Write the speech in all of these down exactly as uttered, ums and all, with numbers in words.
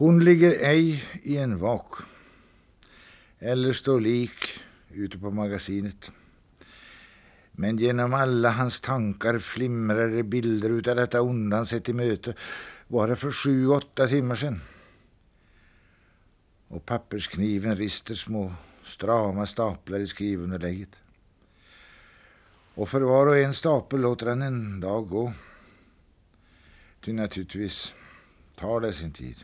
Hon ligger ej i en vak eller står lik ute på magasinet. Men genom alla hans tankar flimrar det bilder utav detta ondan sett i möte bara för sju, åtta timmar sedan. Och papperskniven rister små strama staplar i skrivunderlägget. Och för var och en stapel låter han en dag gå. Ty naturligtvis tar det sin tid.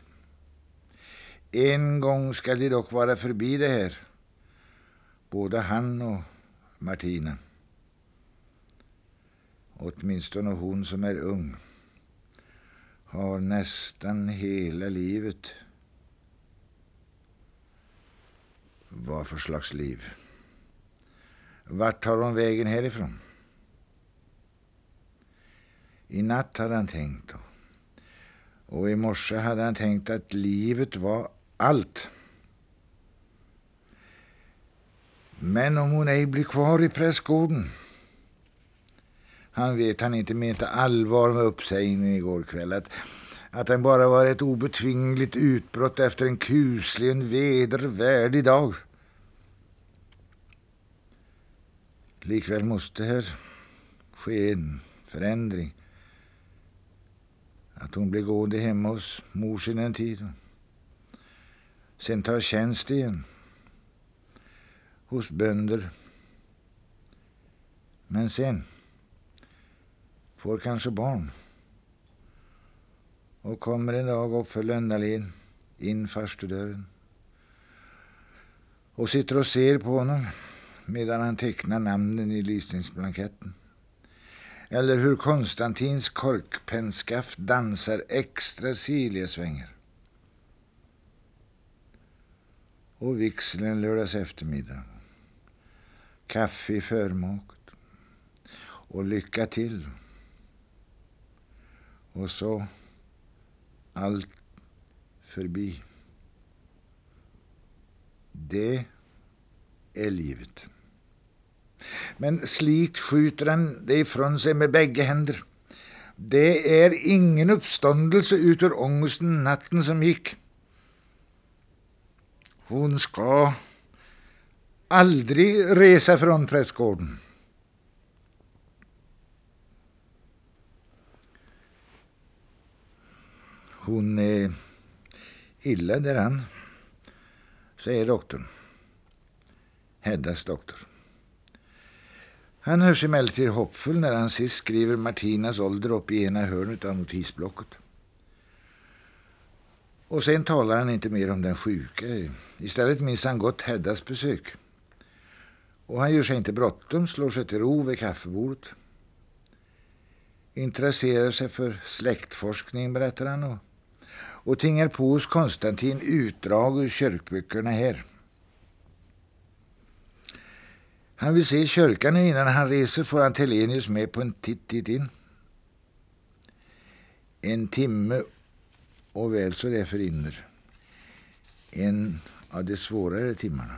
En gång ska de dock vara förbi det här. Både han och Martina. Åtminstone hon som är ung har nästan hela livet. Vad för slags liv? Vart tar hon vägen härifrån? I natt hade han tänkt då. Och i morse hade han tänkt att livet var allt. Men om hon ej blir kvar i prästgården. Han vet han inte mente allvar med uppsägningen igår kväll. Att, att den bara var ett obetvingligt utbrott efter en kuslig, en vedervärdig dag. Likväl måste här ske en förändring. Att hon blir gående hemma hos mor sin en tid. Sen tar tjänst igen. Hos bönder. Men sen får kanske barn. Och kommer en dag upp för Lönnalén in farstudörren. Och sitter och ser på honom medan han tecknar namnen i lysningsblanketten. Eller hur Konstantins korkpennskaft dansar extra siliesvängar. Och vixeln lördags eftermiddag. Kaffe i förmåkt. Och lycka till. Och så allt förbi. Det är livet. Men slikt skjuter han det ifrån sig med bägge händer. Det är ingen uppståndelse ut ur ångesten natten som gick. Hon ska aldrig resa från prästgården. Hon är illa däran, säger doktorn. Heddas doktor. Han hörs emellertid hoppfull när han sist skriver Martinas ålder upp i ena hörnet av notisblocket. Och sen talar han inte mer om den sjuka. Istället minns han gott Heddas besök. Och han gör sig inte bråttom, slår sig till ro vid kaffebordet. Intresserar sig för släktforskning, berättar han. Och, och tingar på hos Konstantin utdrag ur kyrkböckerna här. Han vill se kyrkan innan han reser, får han Telenius med på en titt dit in. En timme och väl så det förinner. En av de svårare timmarna.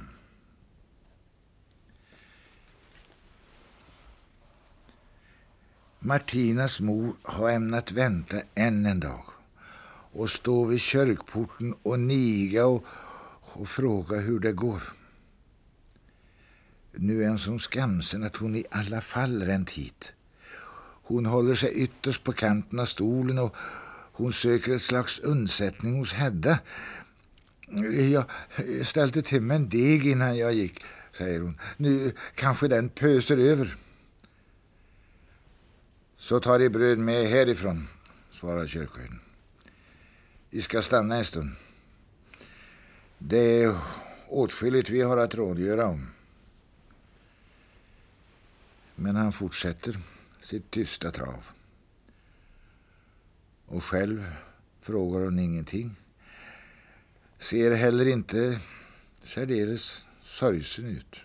Martinas mor har ämnat vänta än en dag och stå vid kyrkporten och niga och, och fråga hur det går. Nu är hon som skamsen att hon i alla fall ränt hit. Hon håller sig ytterst på kanten av stolen och hon söker ett slags undsättning hos Hedda. Jag ställde till med en deg innan jag gick, säger hon. Nu kanske den pöser över. Så tar de bröd med härifrån, svarar kyrkoherden. Vi ska stanna en stund. Det är åtskilligt vi har att rådgöra om. Men han fortsätter sitt tysta trav. Och själv frågar hon ingenting. Ser heller inte särdeles sorgsen ut.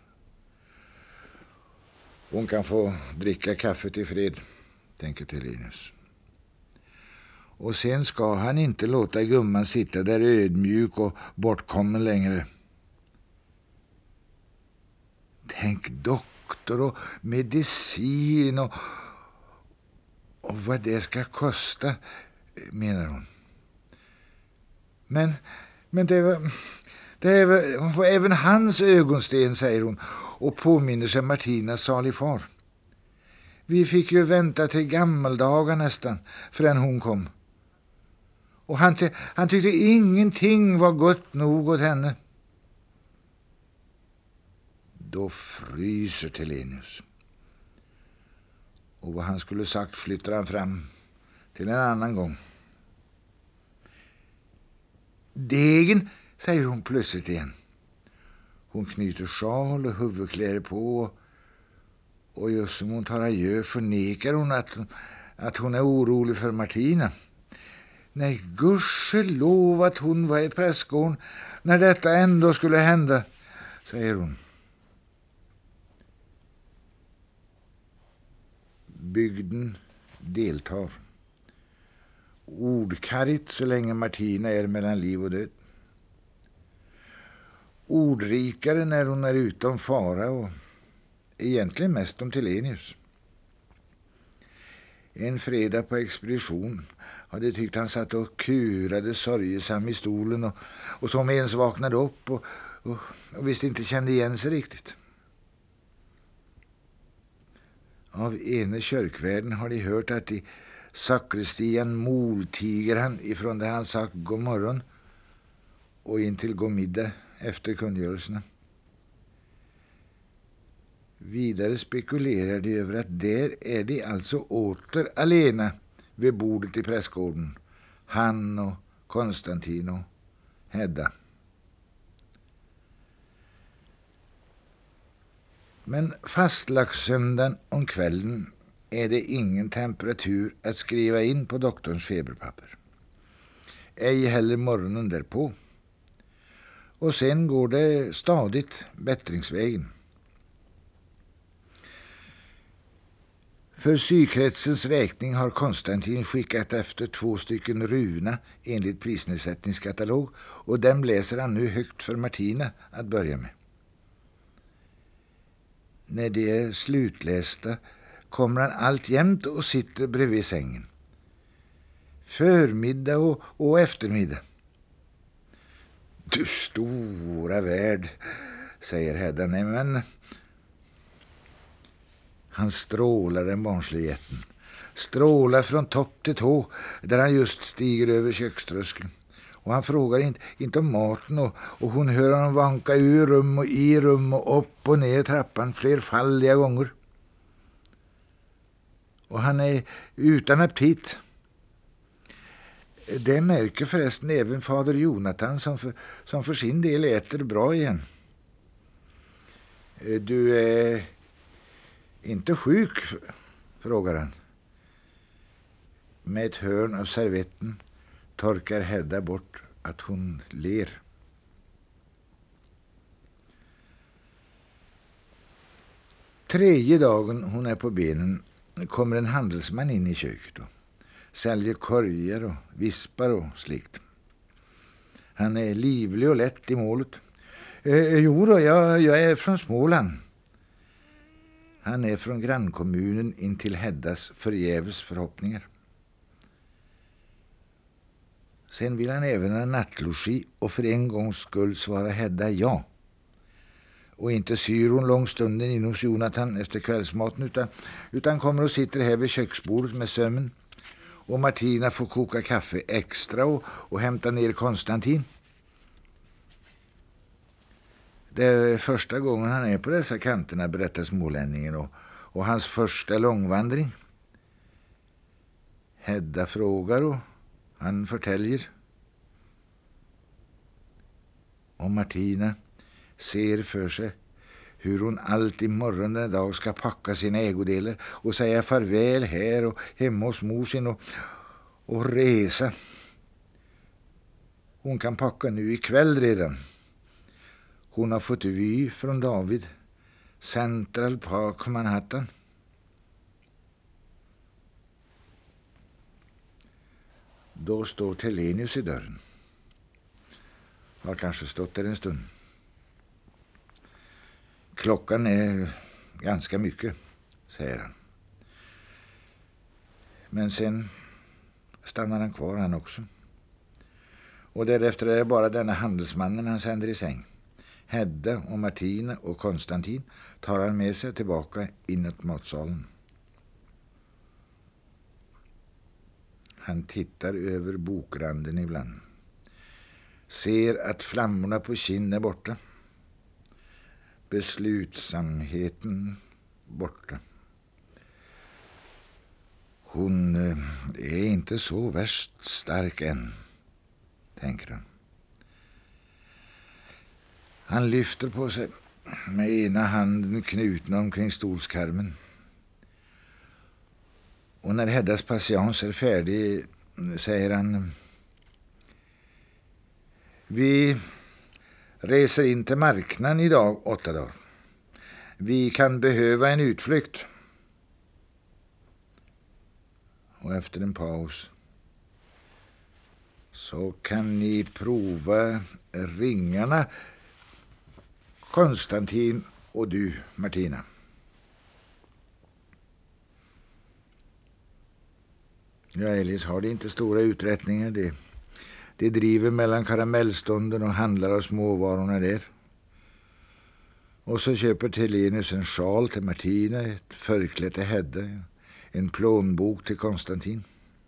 Hon kan få dricka kaffet i fred, tänker Telenius. Och sen ska han inte låta gumman sitta där ödmjuk och bortkommen längre. Tänk doktor och medicin och, och vad det ska kosta, menar hon. Men, men det var, det var även hans ögonsten, säger hon, och påminner sig Martinas salifar. Vi fick ju vänta till gammaldagar nästan förrän hon kom. Och han, han tyckte ingenting var gott nog åt henne. Då fryser Telenius. Och vad han skulle sagt flyttar han fram till en annan gång. Degen, säger hon plötsligt igen. Hon knyter sjal och huvudkläder på, och just som hon tar adjö förnekar hon att, att hon är orolig för Martina. Nej, gudskelov att hon var i prästgården när detta ändå skulle hända, säger hon. Bygden deltar. Ordkarigt så länge Martina är mellan liv och död. Ordrikare när hon är utom fara och egentligen mest om Telenius. En fredag på expedition hade tyckt han satt och kurade sorgesam i stolen och, och som ens vaknade upp och, och, och visst inte kände igen sig riktigt. Av ene kyrkvärden har de hört att i sakristian moltiger han ifrån det han sagt god morgon och in till god middag efter kungörelserna. Vidare spekulerar de över att där är de alltså åter alena vid bordet i prästgården, han och Konstantin och Hedda. Men fastlagssöndagen om kvällen är det ingen temperatur att skriva in på doktorns feberpapper. Ej heller morgonen därpå. Och sen går det stadigt bättringsvägen. För sykretsens räkning har Konstantin skickat efter två stycken runa enligt prisnedsättningskatalog, och dem läser han nu högt för Martina att börja med. När de är slutlästa kommer han alltjämt och sitter bredvid sängen. Förmiddag och, och eftermiddag. Du stora värld, säger Hedda. Nej, men han strålar den barnsliga jätten. Strålar från topp till tå där han just stiger över kökströskeln. Och han frågar inte, inte om maten och, och hon hör honom vanka ur rum och i rum och upp och ner trappan flerfaldiga gånger. Och han är utan aptit. Det märker förresten även fader Jonathan som för, som för sin del äter bra igen. Du är inte sjuk, frågar han. Med ett hörn av servetten torkar Hedda bort att hon ler. Tredje dagen hon är på benen kommer en handelsman in i köket och säljer korgar och vispar och slikt. Han är livlig och lätt i målet. Eh, jo då, jag, jag är från Småland. Han är från grannkommunen in till Heddas förgäves förhoppningar. Sen vill han även ha nattlogi och för en gångs skull svara Hedda ja. Och inte syr hon långstunden in hos Jonathan efter kvällsmaten utan, utan kommer och sitter här vid köksbordet med sömmen. Och Martina får koka kaffe extra och, och hämta ner Konstantin. Det är första gången han är på dessa kanterna, berättar smålänningen, och, och hans första långvandring. Hedda frågar och han förtäljer. Och Martina ser för sig hur hon alltid morgon den dag ska packa sina ägodelar och säga farväl här och hemma hos mor sin och, och resa. Hon kan packa nu ikväll redan. Hon har fått vy från David, Central Park, Manhattan. Då står Telenius i dörren. Har kanske stått där en stund. Klockan är ganska mycket, säger han. Men sen stannar han kvar han också. Och därefter är det bara denna handelsmannen han sänder i säng. Hedda och Martina och Konstantin tar han med sig tillbaka inåt matsalen. Han tittar över bokranden ibland. Ser att flammorna på kind är borta. Beslutsamheten borta. Hon är inte så värst stark än, tänker han. Han lyfter på sig med ena handen knuten omkring stolskarmen. Och när Heddas patiens är färdig säger han: vi reser in till marknaden idag åtta dagar. Vi kan behöva en utflykt. Och efter en paus: så kan ni prova ringarna, Konstantin och du, Martina. Ja, Elis har det inte stora uträttningar. Det, det driver mellan karamellstunden och handlar av småvarorna där. Och så köper Telenius en sjal till Martina, ett förkläde till Hedda, en plånbok till Konstantin.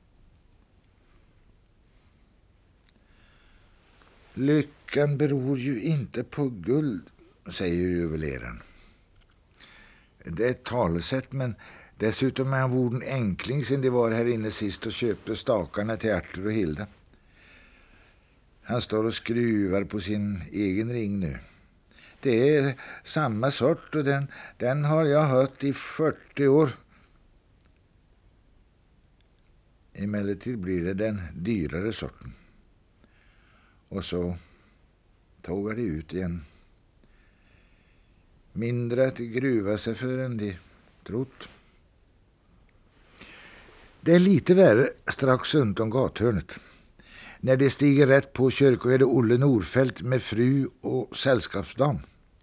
Lyckan beror ju inte på guld, säger juveleraren. Det är ett talesätt, men dessutom är han vorden enkling sen det var här inne sist och köpte stakarna till Arthur och Hilda. Han står och skruvar på sin egen ring nu. Det är samma sort och den, den har jag hört i fyrtio år. Emellertid blir det den dyrare sorten. Och så tågar det ut igen. Mindre att gruva sig för än de trott. Det är lite värre strax runt om gathörnet. När det stiger rätt på kyrkan är det Olle Norfält med fru och sällskapsdam.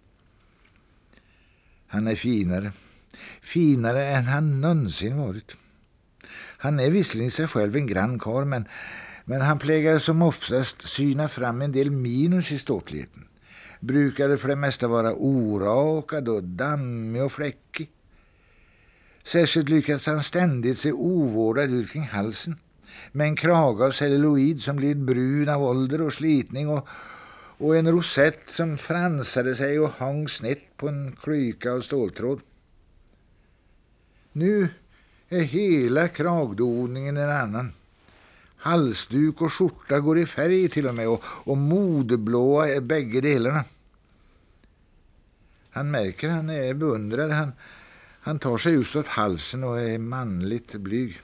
Han är finare. Finare än han någonsin varit. Han är visserligen sig själv en grann karl, men, men han plägar som oftast syna fram en del minus i ståtligheten. Brukade för det mesta vara orakad och dammig och fläckig. Särskilt lyckades han ständigt se ovårdad ut kring halsen, med en krage av celluloid som blivit brun av ålder och slitning och, och en rosett som fransade sig och hang snett på en klyka av ståltråd. Nu är hela kragdoningen en annan. Halsduk och skjorta går i färg till och med, och, och modeblåa är bägge delarna. Han märker han är beundrad. Han, han tar sig just åt halsen och är manligt blyg.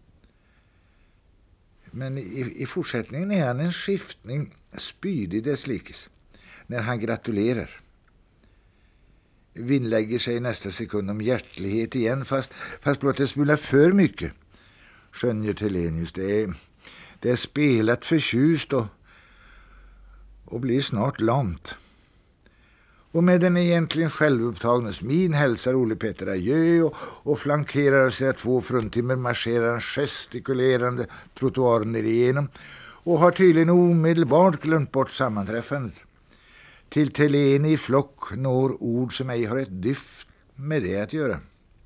Men i, i fortsättningen är han en skiftning spydig dess likes. När han gratulerar. Vinnlägger sig nästa sekund om hjärtlighet igen, fast, fast blott det smular för mycket. Skönjer Telenius. Det är, det är spelat förtjust och, och blir snart lamt. Och med den egentligen självupptagna smin hälsar Ole Petter adjö och, och flankerar sina två fruntimmer marscherar gestikulerande trottoaren ner igenom och har tydligen omedelbart glömt bort sammanträffandet. Till Teleni i flock når ord som ej har ett dyft med det att göra.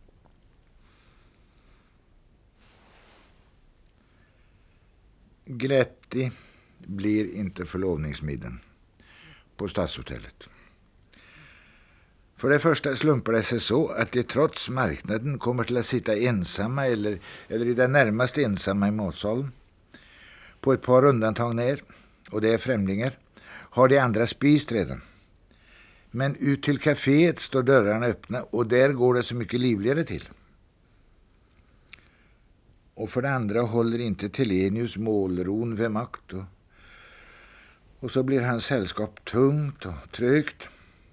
Glättig blir inte förlovningsmiddagen på Stadshotellet. För det första slumpar det sig så att de trots marknaden kommer till att sitta ensamma eller, eller i det närmaste ensamma i matsalen. På ett par undantag när, och det är främlingar, har de andra spist redan. Men ut till kaféet står dörrarna öppna och där går det så mycket livligare till. Och för det andra håller inte Telenius målron vid makt och, och så blir hans sällskap tungt och trögt.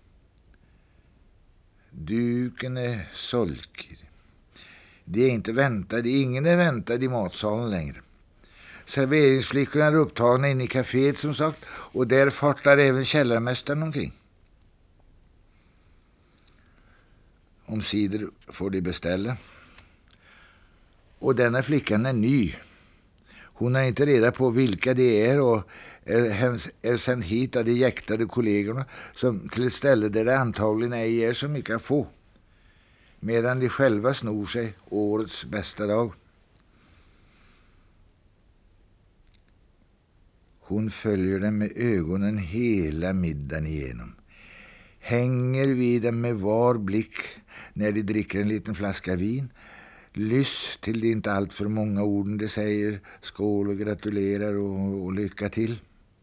Duken är solkig. Det är inte väntad, ingen är väntad i matsalen längre. Serveringsflickorna är upptagna in i kaféet som sagt, och där fartar även källarmästaren omkring. Omsider får de beställa. Och denna flickan är ny. Hon har inte reda på vilka det är och är, är sen hit av de jäktade kollegorna som till ett ställe där det antagligen ej är så mycket att få, medan de själva snor sig årets bästa dag. Hon följer dem med ögonen hela middagen igenom. Hänger vid dem med var blick när de dricker en liten flaska vin. Lyss till de inte allt för många orden de säger. Skål och gratulerar och, och lycka till.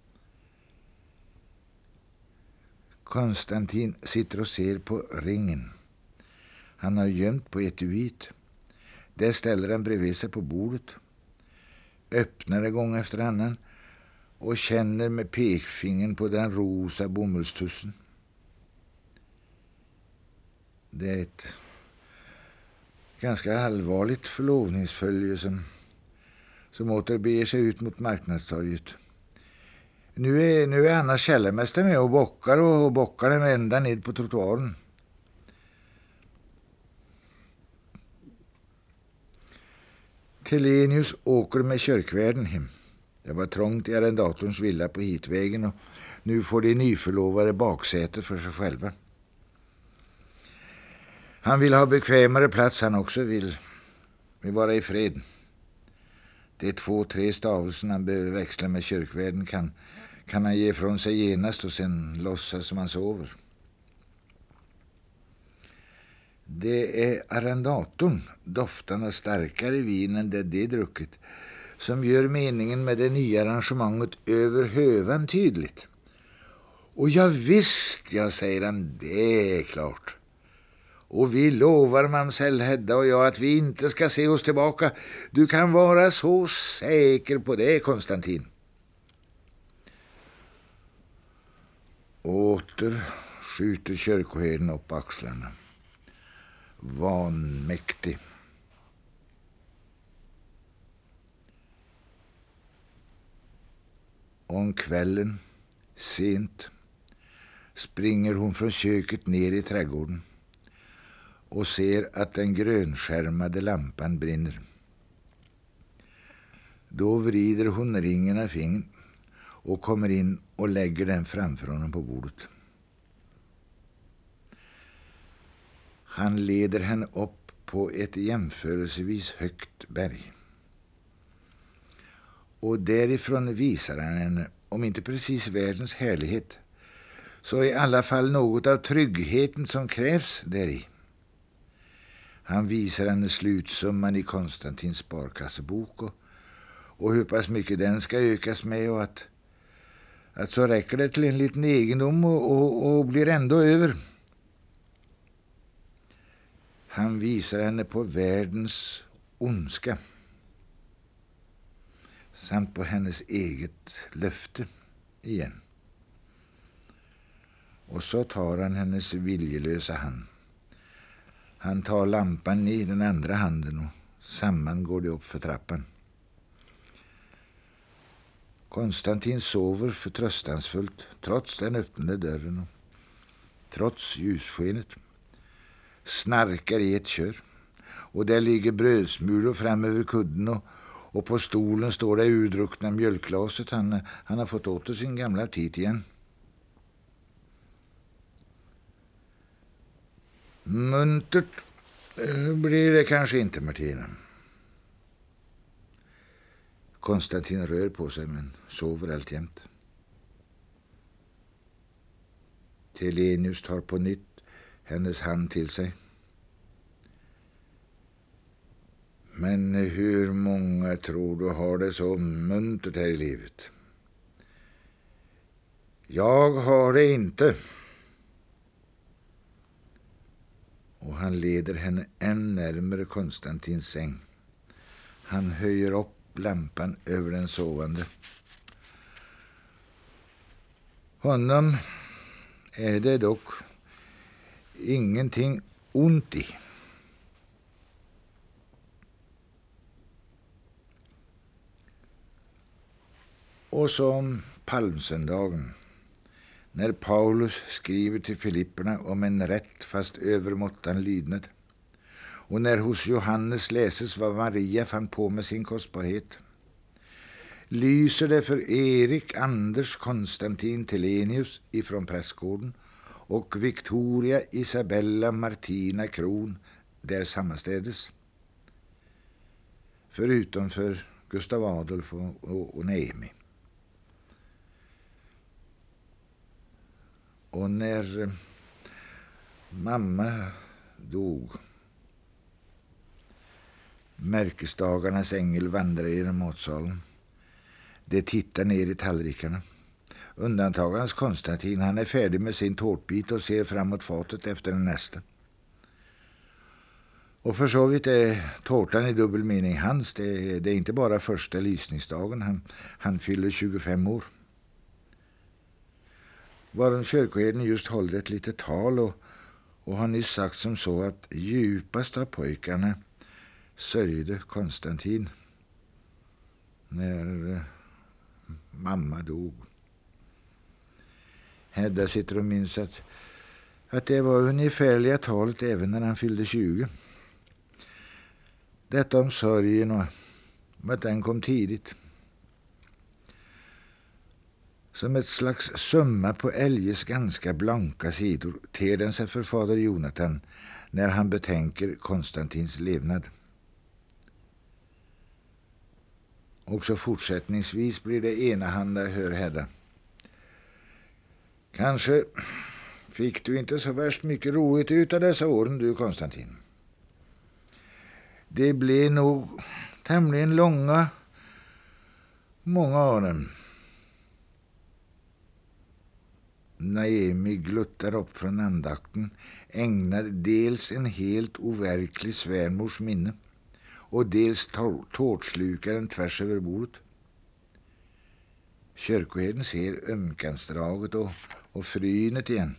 Konstantin sitter och ser på ringen. Han har gömt på etuiet. Där ställer han bredvid sig på bordet. Öppnar det gång efter annan och känner med pekfingern på den rosa bomullstussen. Det är ett ganska allvarligt förlovningsfölje som, som återbeger sig ut mot marknadstorget. Nu är, nu är Anna källarmästare med och bockar och, och bockar dem ända ned på trottoaren. Telenius åker med kyrkvärden hem. Det var trångt i arrendatorns villa på hitvägen och nu får de nyförlovade baksätet för sig själva. Han vill ha bekvämare plats, han också vill, vill vara i fred. Det är två, tre stavelser han behöver växla med kyrkvärden kan, kan han ge från sig genast och sen låtsas som han sover. Det är arrendatorn, doftarna starkare vin än det de druckit, som gör meningen med det nya arrangemanget över hövan tydligt. Och ja visst, jag säger han, det är klart. Och vi lovar mamsell Hedda och jag att vi inte ska se oss tillbaka. Du kan vara så säker på det, Konstantin. Åter skjuter kyrkoherden upp axlarna. Vanmäktig. Om kvällen, sent, springer hon från köket ner i trädgården och ser att den grönskärmade lampan brinner. Då vrider hon ringen av fingern och kommer in och lägger den framför honom på bordet. Han leder henne upp på ett jämförelsevis högt berg. Och därifrån visar han henne, om inte precis världens härlighet, så i alla fall något av tryggheten som krävs däri. Han visar henne slutsumman i Konstantins sparkassebok och, och hur pass mycket den ska ökas med och att, att så räcker det till en liten egendom och, och, och blir ändå över. Han visar henne på världens ondska samt på hennes eget löfte igen. Och så tar han hennes viljelösa hand. Han tar lampan i den andra handen och samman går det upp för trappan. Konstantin sover förtröstansfullt trots den öppnade dörren och trots ljusskenet. Snarkar i ett kör och där ligger brödsmulor fram över kudden och, och på stolen står det urdruckna mjölkglaset. Han, han har fått åter sin gamla aptit igen. Muntert blir det kanske inte, Martina. Konstantin rör på sig men sover alltjämt. Telenius tar på nytt hennes hand till sig. Men hur många tror du har det så muntert här i livet? Jag har det inte. Och han leder henne än närmare Konstantins säng. Han höjer upp lampan över den sovande. Honom är det dock ingenting ont i. Och som palmsöndagen, när Paulus skriver till Filipperna om en rätt fast övermåttan lydnad, och när hos Johannes läses vad Maria fann på med sin kostbarhet, lyser det för Erik Anders Konstantin Telenius ifrån prästgården och Victoria Isabella Martina Kron där sammanstädes. Förutom för Gustav Adolf och, och, och Naomi. Och när mamma dog, märkesdagarnas ängel vandrar genom matsalen. Det tittar ner i tallrikarna. Undantagarens Konstantin, han är färdig med sin tårtbit och ser framåt fatet efter den nästa. Och för så vitt är tårtan i dubbel mening hans. Det är, det är inte bara första lysningsdagen. Han, han fyller tjugofem år. Varom kyrkoherden just håller ett litet tal och, och har nyss sagt som så att djupast av pojkarna sörjde Konstantin när eh, mamma dog. Hedda sitter och minns att, att det var ungefärliga talet även när han fyllde tjugo. Detta om sörjen och att den kom tidigt. Som ett slags summa på eljest ganska blanka sidor ter den sig för fader Jonathan när han betänker Konstantins levnad. Också fortsättningsvis blir det enahanda, hör Hedda. Kanske fick du inte så värst mycket roligt ut av dessa åren, du Konstantin. Det blev nog tämligen långa, många av dem. Naomi gluttar upp från andakten, ägnar dels en helt overklig svärmors minne och dels tårtslukaren tvärs över bordet. Kyrkoherden ser ömkansdraget och, och frynet igen.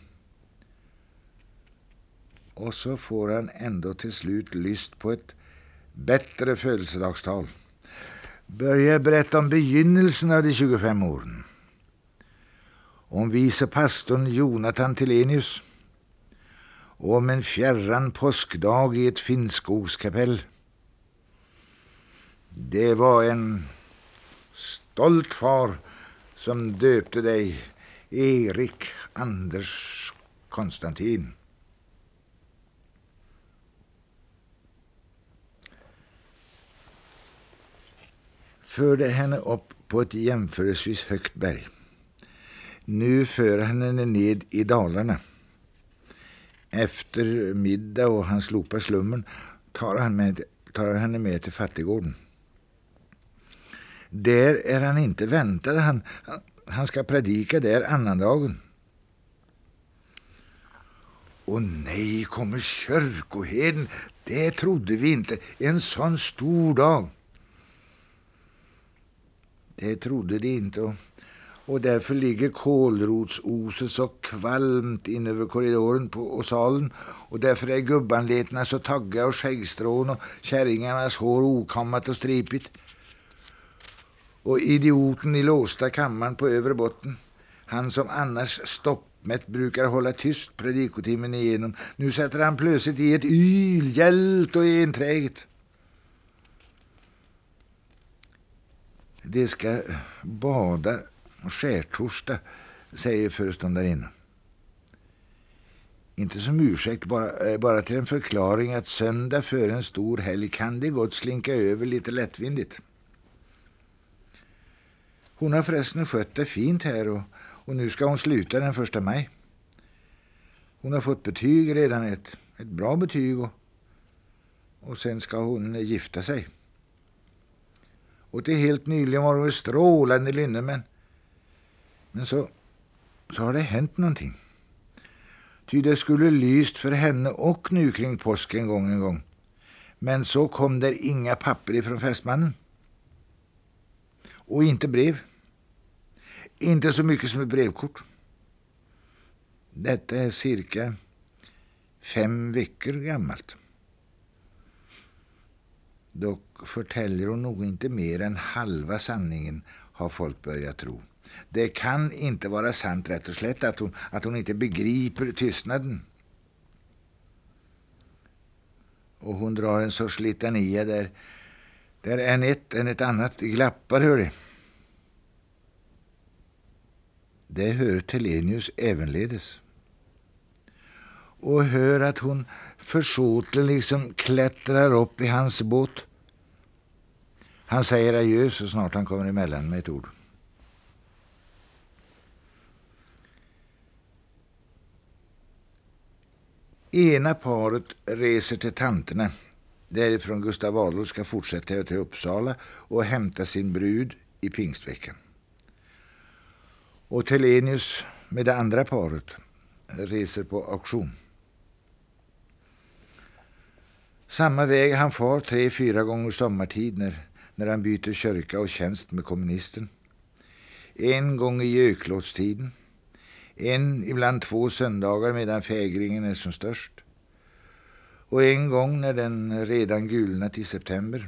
Och så får han ändå till slut lyst på ett bättre födelsedagstal. Börjar berätta om begynnelsen av de tjugofem åren. Om vice pastorn Jonathan Telenius. Och om en fjärran påskdag i ett Finnskogskapell. Det var en stolt far som döpte dig, Erik Anders Konstantin. Förde henne upp på ett jämförelsevis högt berg. Nu för han henne ned i dalarna. Efter middag och han slopar slummen tar han, med, tar henne med till fattigården. Där är han inte väntad. Han, han ska predika där annandagen. Och nej, kommer kyrkoherden. Det trodde vi inte. En sån stor dag. Det trodde de inte. Och, och därför ligger kålrotsoset så kvalmt in över korridoren på, och salen. Och därför är gubbanleterna så tagga och skäggstrån och kärringarnas hår okammat och stripigt. Och idioten i låsta kammaren på övre botten, han som annars stoppmätt brukar hålla tyst predikotimmen igenom, nu sätter han plötsligt i ett yl, hjält och enträget. Det ska bada och skärtorsdag, säger föreståndarinnan. Inte som ursäkt, bara, bara till en förklaring att söndag före en stor helg kan det gott slinka över lite lättvindigt. Hon har förresten skött det fint här och, och nu ska hon sluta den första maj. Hon har fått betyg redan, ett, ett bra betyg och, och sen ska hon gifta sig. Och till helt nyligen var hon strålande lynne, men, men så, så har det hänt någonting. Ty det skulle lyst för henne och nu kring påsk en gång en gång. Men så kom där inga papper ifrån fästmannen. Och inte brev. Inte så mycket som ett brevkort. Detta är cirka fem veckor gammalt. Dock förtäljer hon nog inte mer än halva sanningen, har folk börjat tro. Det kan inte vara sant rätt och slätt att hon, att hon inte begriper tystnaden. Och hon drar en sorts litania där, där en ett än ett annat glappar, hör det. det hör Telenius ävenledes. Och hör att hon försåtligen liksom klättrar upp i hans båt. Han säger adjö så snart han kommer emellan med ett ord. Ena paret reser till tanterna. Därifrån Gustav Adolf ska fortsätta till Uppsala och hämta sin brud i pingstveckan. Och Telenius med det andra paret reser på auktion. Samma väg han far tre, fyra gånger sommartid när, när han byter kyrka och tjänst med kommunisten. En gång i göklåtstiden. En, ibland två söndagar medan fägringen är som störst. Och en gång när den redan gulnat i september.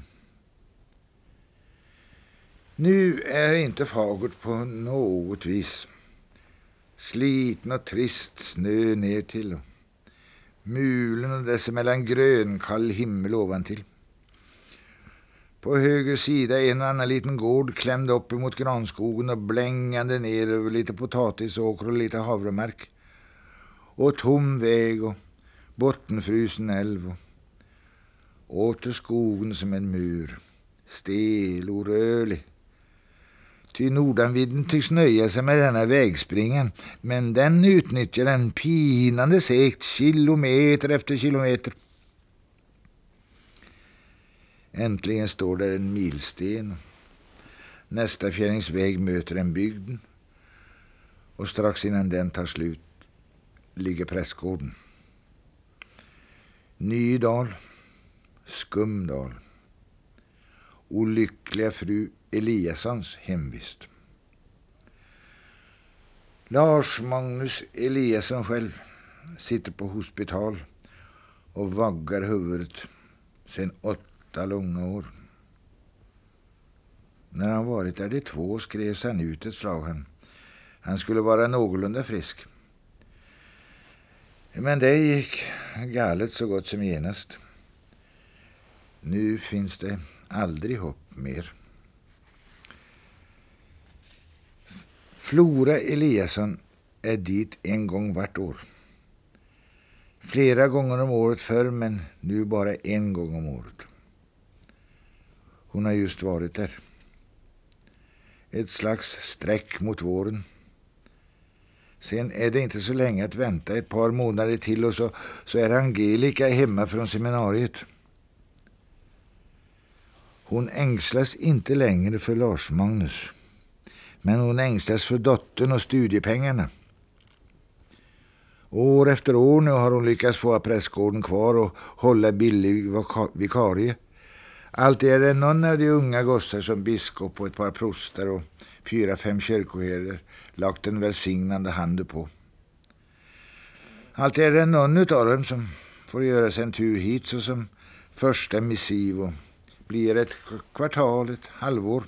Nu är inte fagert på något vis. Sliten och trist snö ner till och mulen och dessemellan grönkall himmel ovantill. På höger sida en och annan liten gård klämd upp emot granskogen och blängande ner över lite potatisåker och lite havremark. Och tom väg och bottenfrusen älv och åter skogen som en mur, stel och rörlig. Ty nordanvidden tycks nöja sig med denna vägspringen, men den utnyttjar en pinande segt kilometer efter kilometer. Äntligen står där en milsten. Nästa fjärdingsväg möter en bygden. Och strax innan den tar slut ligger prästgården. Nydal, Skumdal. Olyckliga fru Eliassons hemvist. Lars Magnus Eliasson själv sitter på hospital och vaggar huvudet sedan åtta långa år. När han varit där de två skrevs han ut ett slag. Han, han skulle vara någorlunda frisk. Men det gick galet så gott som genast. Nu finns det aldrig hopp mer. Flora Eliasson är dit en gång vart år. Flera gånger om året förr, men nu bara en gång om året. Hon har just varit där. Ett slags sträck mot våren. Sen är det inte så länge att vänta, ett par månader till och så, så är Angelica hemma från seminariet. Hon ängslas inte längre för Lars Magnus. Men hon ängslas för dottern och studiepengarna. År efter år nu har hon lyckats få prästgården kvar och hålla billig vikarie. Alltid är det någon av de unga gossar som biskop och ett par prostar och fyra, fem kyrkoherder lagt en välsignande hand på. Alltid är det någon av dem som får göra sig en tur hit så som första missiv och blir ett kvartal, ett halvår.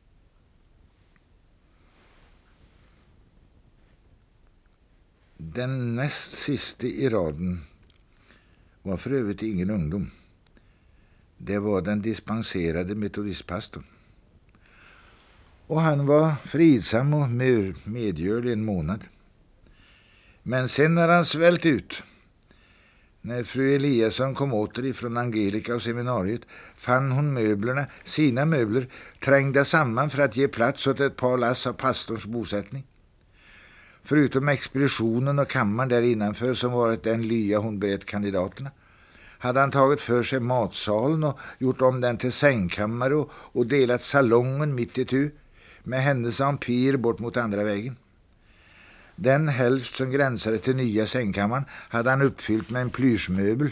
Den näst siste i raden var för övrigt ingen ungdom. Det var den dispenserade metodistpastorn. Och han var fridsam och medgörlig en månad. Men sen när han svält ut, när fru Eliasson kom åter ifrån Angelica och seminariet, fann hon möblerna, sina möbler, trängda samman för att ge plats åt ett par lass av pastorns bosättning. Förutom expeditionen och kammaren där innanför som varit den lya hon berett kandidaterna, hade han tagit för sig matsalen och gjort om den till sängkammare och, och delat salongen mitt i tu med hennes ampir bort mot andra vägen. Den hälft som gränsade till nya sängkammaren hade han uppfyllt med en plyschmöbel.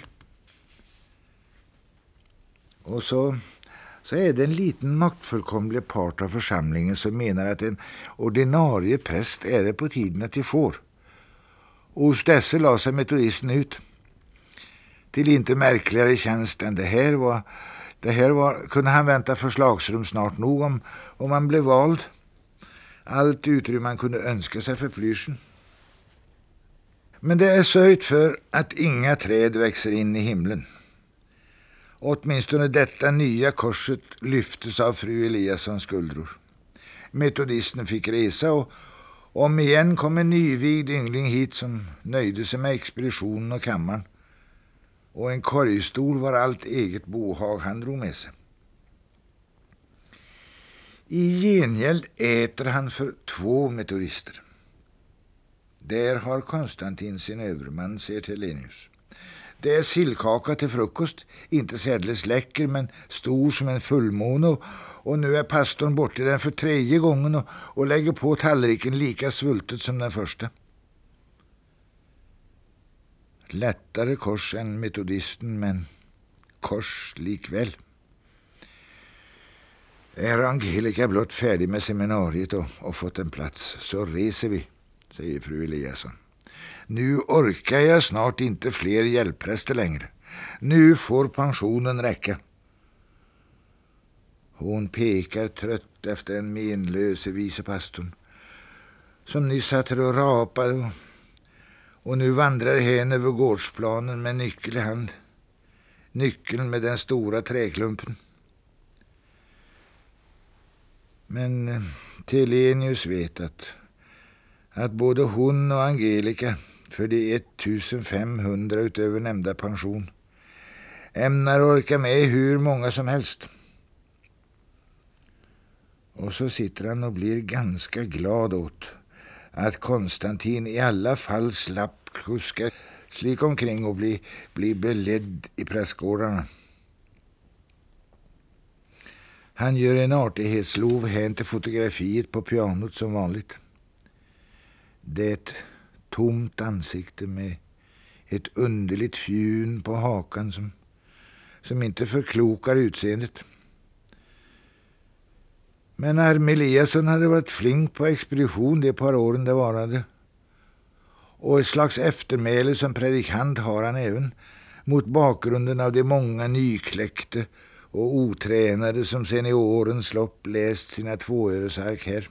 Och så, så är det en liten maktfullkomlig part av församlingen som menar att en ordinarie präst är det på tiden att de får. Och hos dessa la sig metodisten ut. Till inte märkligare tjänst än det här var, det här var kunde han vänta förslagsrum snart nog om, om han blev vald. Allt utrymme man kunde önska sig för plyschen. Men det är sörjt för att inga träd växer in i himlen. Åtminstone detta nya korset lyftes av fru Eliassons skuldror. Metodisten fick resa och, Om igen kom en nyvigd yngling hit som nöjde sig med expeditionen och kammaren, och en korgstol var allt eget bohag han drog med sig. I gengäld äter han för två metodister. Där har Konstantin sin överman, säger Hellenius. Det är sillkaka till frukost, inte särdeles läcker men stor som en fullmåne, och, och nu är pastorn borta den för tredje gången och, och lägger på tallriken lika svultet som den första. Lättare kors än metodisten, men kors likväl. Är Angelica blott färdig med seminariet och, och fått en plats, så reser vi, säger fru Eliasson. Nu orkar jag snart inte fler hjälppräster längre. Nu får pensionen räcka. Hon pekar trött efter en menlöse vicepastorn, som nyss satt och rapade och, och nu vandrar hen över gårdsplanen med nyckel i hand. Nyckeln med den stora träklumpen. Men Hellenius vet att, att både hon och Angelica för de ettusenfemhundra utöver nämnda pension ämnar orka med hur många som helst. Och så sitter han och blir ganska glad åt att Konstantin i alla fall slapp kuska slik omkring och bli, bli beledd i prästgårdarna. Han gör en artighetslov hän till fotografiet på pianot som vanligt. Det är ett tomt ansikte med ett underligt fjun på hakan som, som inte förklokar utseendet. Men när Eliasson hade varit flink på expedition de par åren det varade, och ett slags eftermäle som predikant har han även, mot bakgrunden av de många nykläckte och otränade som sen i årens lopp läst sina tvåöresark här.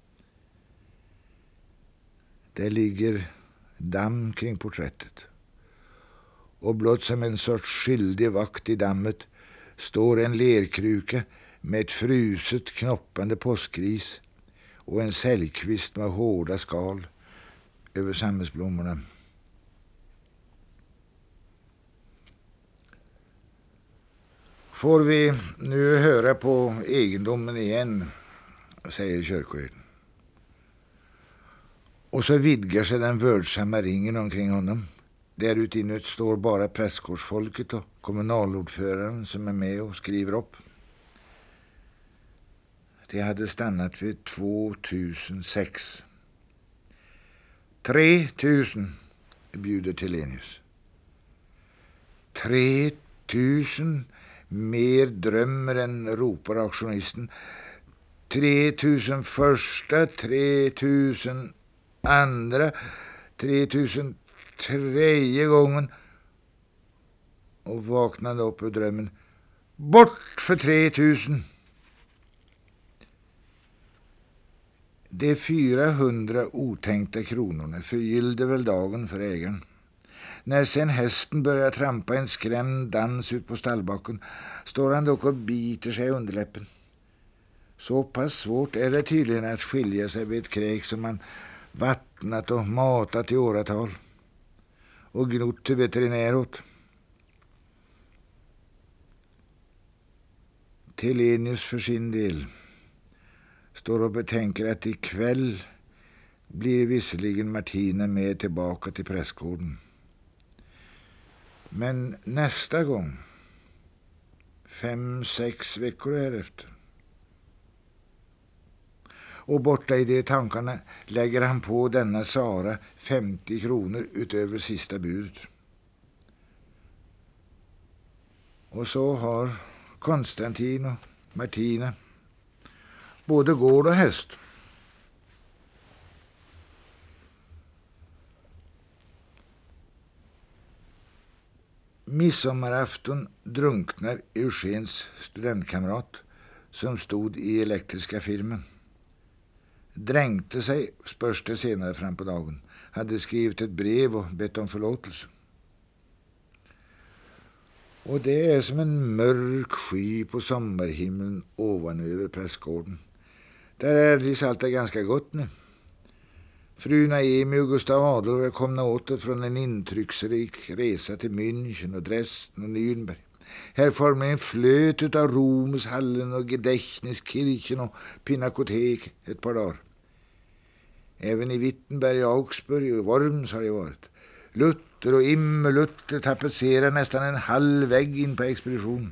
Det ligger damm kring porträttet, och blott som en sorts skyldig vakt i dammet står en lerkruka med ett fruset knoppande påskris och en säljkvist med hårda skal över sammetsblommorna. Får vi nu höra på egendomen igen, säger kyrkoherden. Och så vidgar sig den vördsamma ringen omkring honom. Där utinut står bara prästgårdsfolket och kommunalordföraren som är med och skriver upp. Det hade stannat vid tvåtusensex. Tre tusen, bjuder Hellenius. Tre tusen mer drömmer än ropar auktionisten. Tre tusen första, tre tusen andra, tre tusen tredje gången, och vaknade upp ur drömmen. Bort för tre tusen! De fyrahundra otänkta kronorna förgyllde väl dagen för ägaren. När sen hästen börjar trampa en skrämd dans ut på stallbacken står han dock och biter sig under läppen. Så pass svårt är det tydligen att skilja sig vid ett kräk som man vattnat och matat i åratal och gnott till veterinär åt. Hellenius för sin del står och betänker att ikväll blir visserligen Martina med tillbaka till prästgården. Men nästa gång, fem, sex veckor därefter. Och borta i de tankarna lägger han på denna Sara femtio kronor utöver sista budet. Och så har Konstantin och Martina både gård och häst. Midsommarafton drunknar Eugens studentkamrat som stod i elektriska firman. Dränkte sig, spörs det senare fram på dagen. Hade skrivit ett brev och bett om förlåtelse. Och det är som en mörk sky på sommarhimlen ovanöver prästgården. Där är det allt är ganska gott nu. Fru Naemi och Gustav Adolf är komna åter från en intrycksrik resa till München och Dresden och Nürnberg. Här formligen flöt utav Romshallen och Gedächtniskirchen och Pinakotek ett par dagar. Även i Wittenberg, Augsburg och Worms har det varit. Luther och Immer Luther tapetserar nästan en halv vägg in på expedition.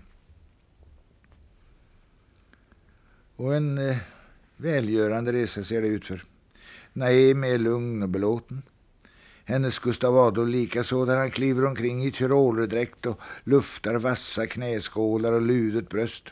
Och en eh, välgörande resa ser det ut för. Naemi är lugn och belåten. Hennes Gustav Adolf likaså, där han kliver omkring i tyrolerdräkt och luftar vassa knäskålar och ludet bröst.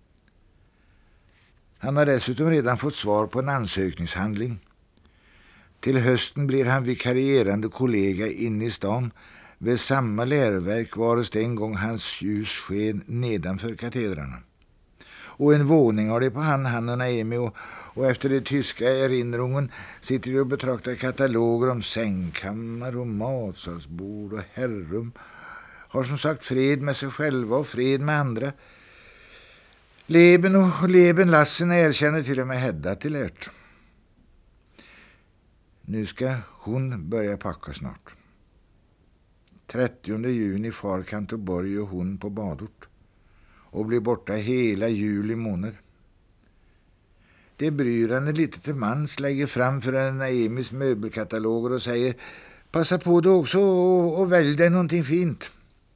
Han har dessutom redan fått svar på en ansökningshandling. Till hösten blir han vikarierande kollega inne i stan vid samma läroverk vares det en gång hans ljus sken nedanför katedrarna. Och en våning har det på han, han och Naemi och, och efter det tyska erinrungen sitter de och betraktar kataloger om sängkammar och matsalsbord och herrum. Har som sagt fred med sig själva och fred med andra. Leben och Leben Lassen erkänner till och med Hedda till ert. Nu ska hon börja packa snart. trettionde juni far Canterborg och hon på badort och blir borta hela juli månad. Det bryr henne lite till mans, lägger fram för en Naemis möbelkataloger och säger: passa på då också och, och välj dig någonting fint.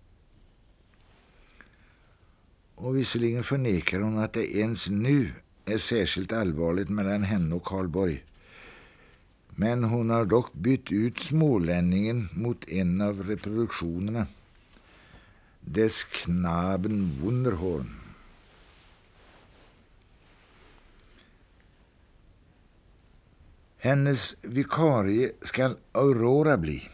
Och visserligen förnekar hon att det ens nu är särskilt allvarligt mellan henne och Karl Borg. Men hon har dock bytt ut smålänningen mot en av reproduktionerna. Des Knaben Wunderhorn. Hennes vikarie skall Aurora bli.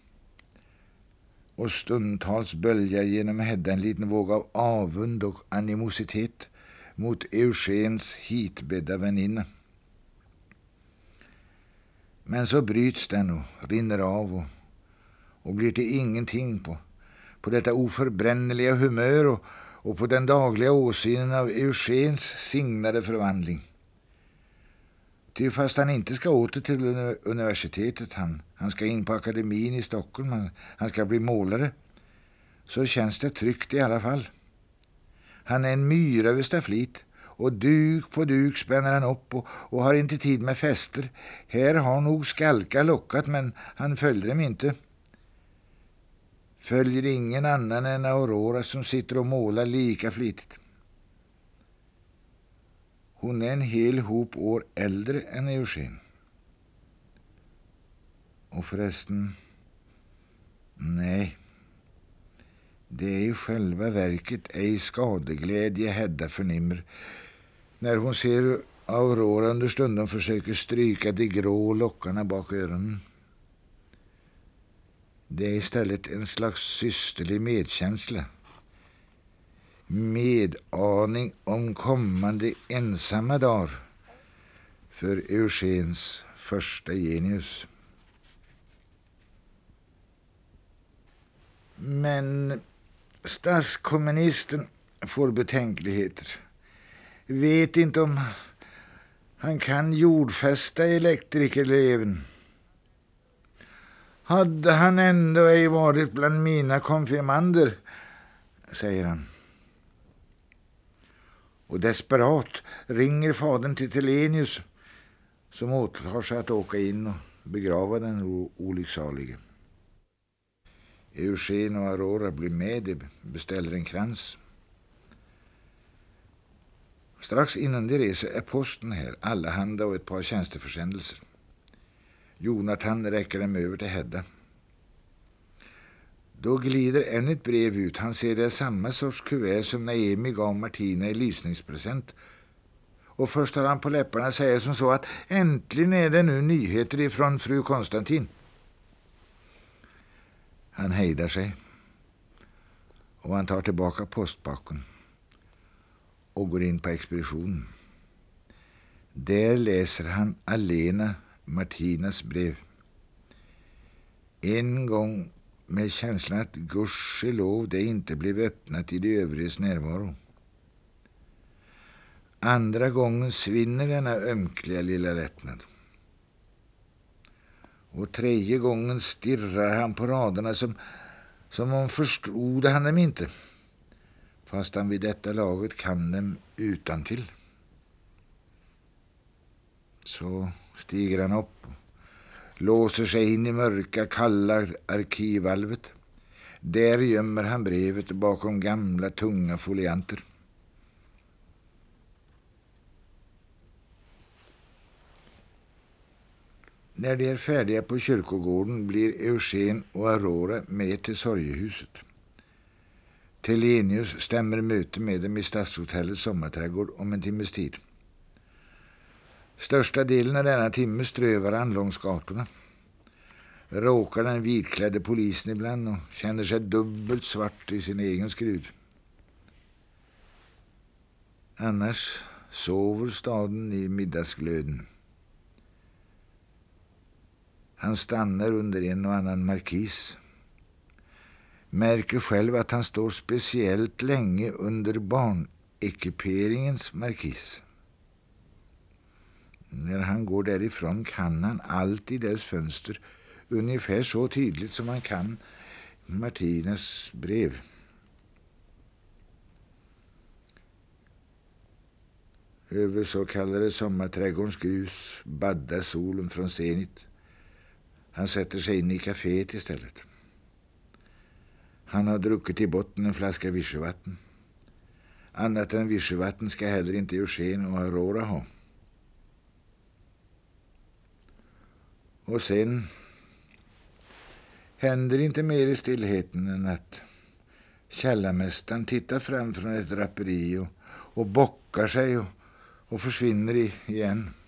Och stundtals bölja genom Hedda en liten våg av avund och animositet mot Eugéns hitbädda väninna. Men så bryts den och rinner av och, och blir till ingenting på, på detta oförbränneliga humör och, och på den dagliga åsynen av Eugéns signade förvandling. Ty fast han inte ska åter till universitetet, han, han ska in på akademin i Stockholm, han, han ska bli målare, så känns det tryggt i alla fall. Han är en myra vid stafflit. Och duk på duk spänner han upp och, och har inte tid med fester. Här har nog skalka lockat, men han följer dem inte. Följer ingen annan än Aurora som sitter och målar lika flitigt. Hon är en hel hop år äldre än Eugén. Och förresten, nej, det är i själva verket ej skadeglädje Hedda förnimmer när hon ser Aurora under stunden försöker stryka de grå lockarna bak öronen. Det är istället en slags systerlig medkänsla. Medaning om kommande ensamma dagar för Eugéns första genius. Men statskommunisten får betänkligheter. Vet inte om han kan jordfästa elektrikereleven. Hade han ändå ej varit bland mina konfirmander, säger han. Och desperat ringer fadern till Telenius som återtar sig att åka in och begrava den olycksalige. Eugén och Aurora blir med, beställer en krans. Strax innan de reser är posten här, allehanda och ett par tjänsteförsändelser. Jonathan räcker dem över till Hedda. Då glider än ett brev ut. Han ser det samma sorts kuvert som Naemi gav Martina i lysningspresent. Och först har han på läpparna säger som så att äntligen är det nu nyheter ifrån fru Konstantin. Han hejdar sig och han tar tillbaka postpacken och går in på expeditionen. Där läser han alena Martinas brev. En gång med känslan att gudskelov det inte blev öppnat i de övrigas närvaro. Andra gången svinner denna ömkliga lilla lättnad. Och tredje gången stirrar han på raderna som, som om förstod han dem inte, fast han vid detta laget kan dem utantill. Så stiger han upp och låser sig in i mörka, kalla arkivvalvet. Där gömmer han brevet bakom gamla, tunga folianter. När de är färdiga på kyrkogården blir Eugen och Aurora med till sorgehuset. Telenius stämmer möte med dem i stadshotellets sommarträdgård om en timmes tid. Största delen av denna timme strövar han långs gatorna. Råkar den vitklädde polisen ibland och känner sig dubbelt svart i sin egen skrud. Annars sover staden i middagsglöden. Han stannar under en och annan markis. Märker själv att han står speciellt länge under barnekiperingens markis. När han går därifrån kan han allt i dess fönster ungefär så tydligt som man kan Martinas brev. Över så kallade sommarträdgårdens grus baddar solen från zenit. Han sätter sig in i kaféet istället. Han har druckit i botten en flaska vichyvatten. Annat än vichyvatten ska heller inte Eugen och Aurora ha. Och sen händer inte mer i stillheten än att källarmästaren tittar fram från ett draperi och, och bockar sig och, och försvinner i, igen.